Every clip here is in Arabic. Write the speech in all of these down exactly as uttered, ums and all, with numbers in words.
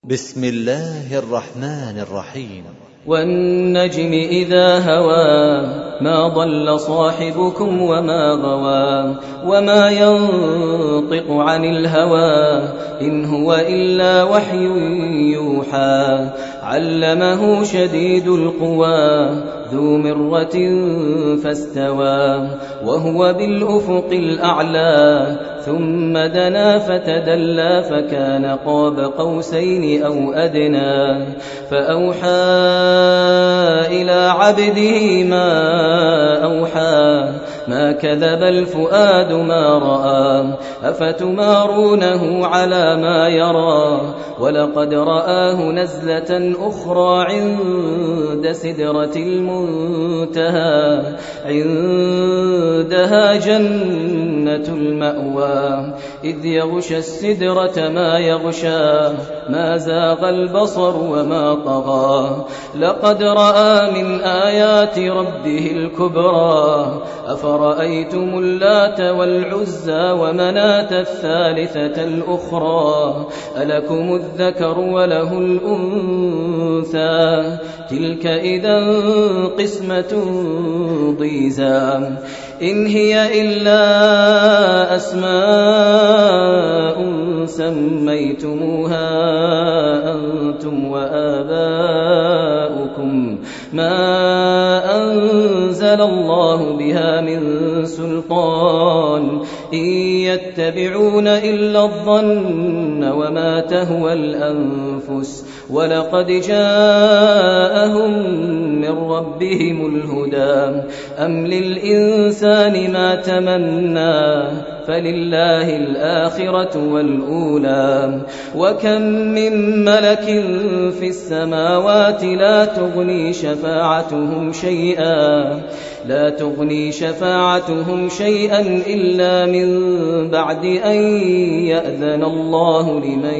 بسم الله الرحمن الرحيم. والنجم إذا هوى ما ضل صاحبكم وما غوى وما ينطق عن الهوى إن هو إلا وحي يوحى علمه شديد القوى ذو مرة فاستوى وهو بالأفق الأعلى ثم دنا فتدلى فكان قاب قوسين أو أدنى فأوحى إلى عبده ما أوحى ما كذب الفؤاد ما رأى أفتمارونه على ما يرى ولقد رآه نزلة أخرى عند سدرة المنتهى عندها جنة المأوى إذ يغشى السدرة ما يغشى ما زاغ البصر وما طغى لقد رأى من آيات ربه الكبرى أفرأيتم اللات والعزى ومناة الثالثة الأخرى ألكم الذكر وله الأنثى تلك إذا قسمة ضيزى إن هي إلا أسماء سميتموها أنتم وآباؤكم ما أنزل الله بها من سلطان إن يتبعون إلا الظن وما تهوى الأنفس ولقد جاءهم من ربهم الهدى أم للإنسان ما تمنى فلله الآخرة والأولى وكم من ملك في السماوات لا تغني شفاعتهم شيئا لا تغني شفاعتهم شيئا إلا من بعد أن يأذن الله لمن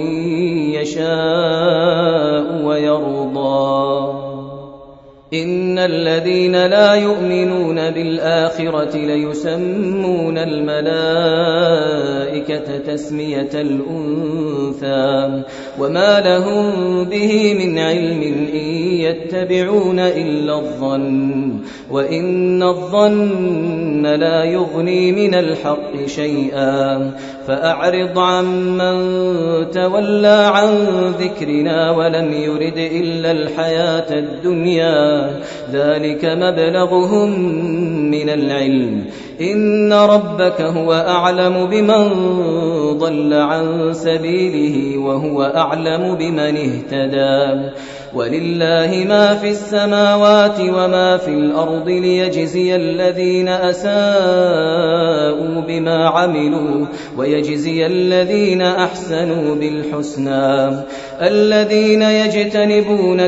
يشاء ويرضى إن الذين لا يؤمنون بالآخرة ليسمون الملائكة تسمية الأنثى وما لهم به من علم إن يتبعون إلا الظن وإن الظن لا يغني من الحق شيئا فأعرض عمن تولى عن ذكرنا ولم يرد إلا الحياة الدنيا ذلك مبلغهم من العلم إن ربك هو أعلم بمن ضل عن سبيله وهو أعلم بمن اهتدى ولله ما في السماوات وما في الأرض ليجزي الذين أساءوا بما عملوا ويجزي الذين أحسنوا بالحسنى الذين يجتنبون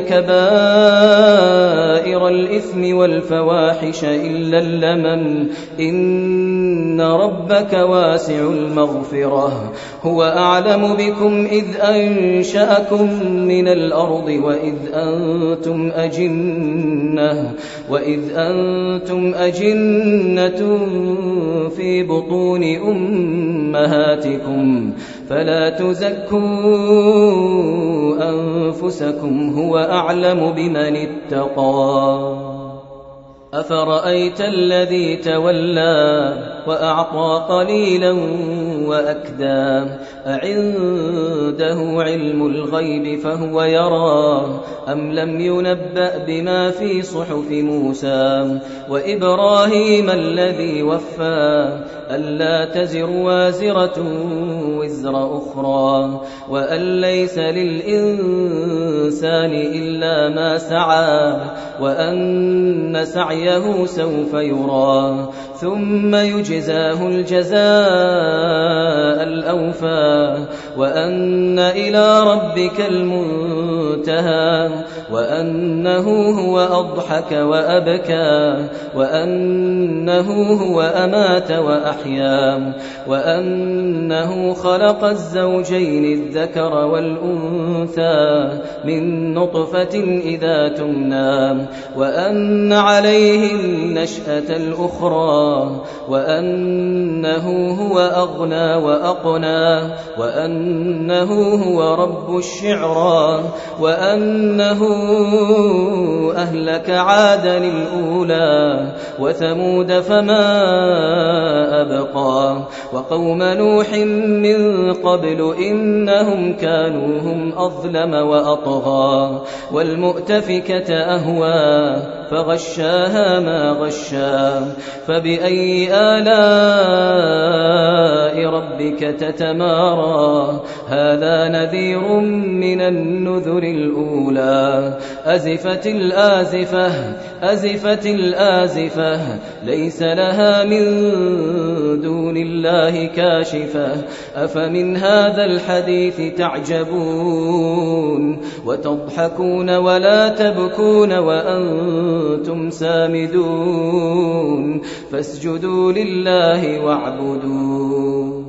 كبائر الإثم والفواحش إلا اللمم إن ربك واسع المغفرة هو أعلم بكم إذ أنشأكم من الأرض وإذ أنتم أجنة وإذ أنتم أجنة في بطون أمهاتكم فلا تزكوا أنفسكم هو أعلم بمن اتقى أفرأيت الذي تولى وأعطى قليلا وأكدى أعنده علم الغيب فهو يرى أم لم ينبأ بما في صحف موسى وإبراهيم الذي وفى ألا تزر وازرة وزر أخرى وأن ليس للإنسان إلا ما سعى وأن سعيه سوف يرى ثم يجزاه الجزاء الأوفى وأن إلى ربك المنتهى وأنه هو أضحك وأبكى وأنه هو أمات وأحيا وأنه خلق الزوجين الذكر والأنثى من نطفة إذا تمنى وأن عليه عليهم النشأة الأخرى وأنه هو أغنى وأقنى وأنه هو رب الشعرى وأنه أهلك عادا الأولى وثمود فما أبقى وقوم نوح من قبل إنهم كانوا هم أظلم وأطغى والمؤتفكة أهوى فغشاها ما غشا فبأي آلاء ربك تتمارى هذا نذير من النذر الأولى أزفت الآزفة أزفت الآزفة ليس لها من دون الله كاشفة أفمن هذا الحديث تعجبون وتضحكون ولا تبكون وأنتم سامدون فاسجدوا لله واعبدوا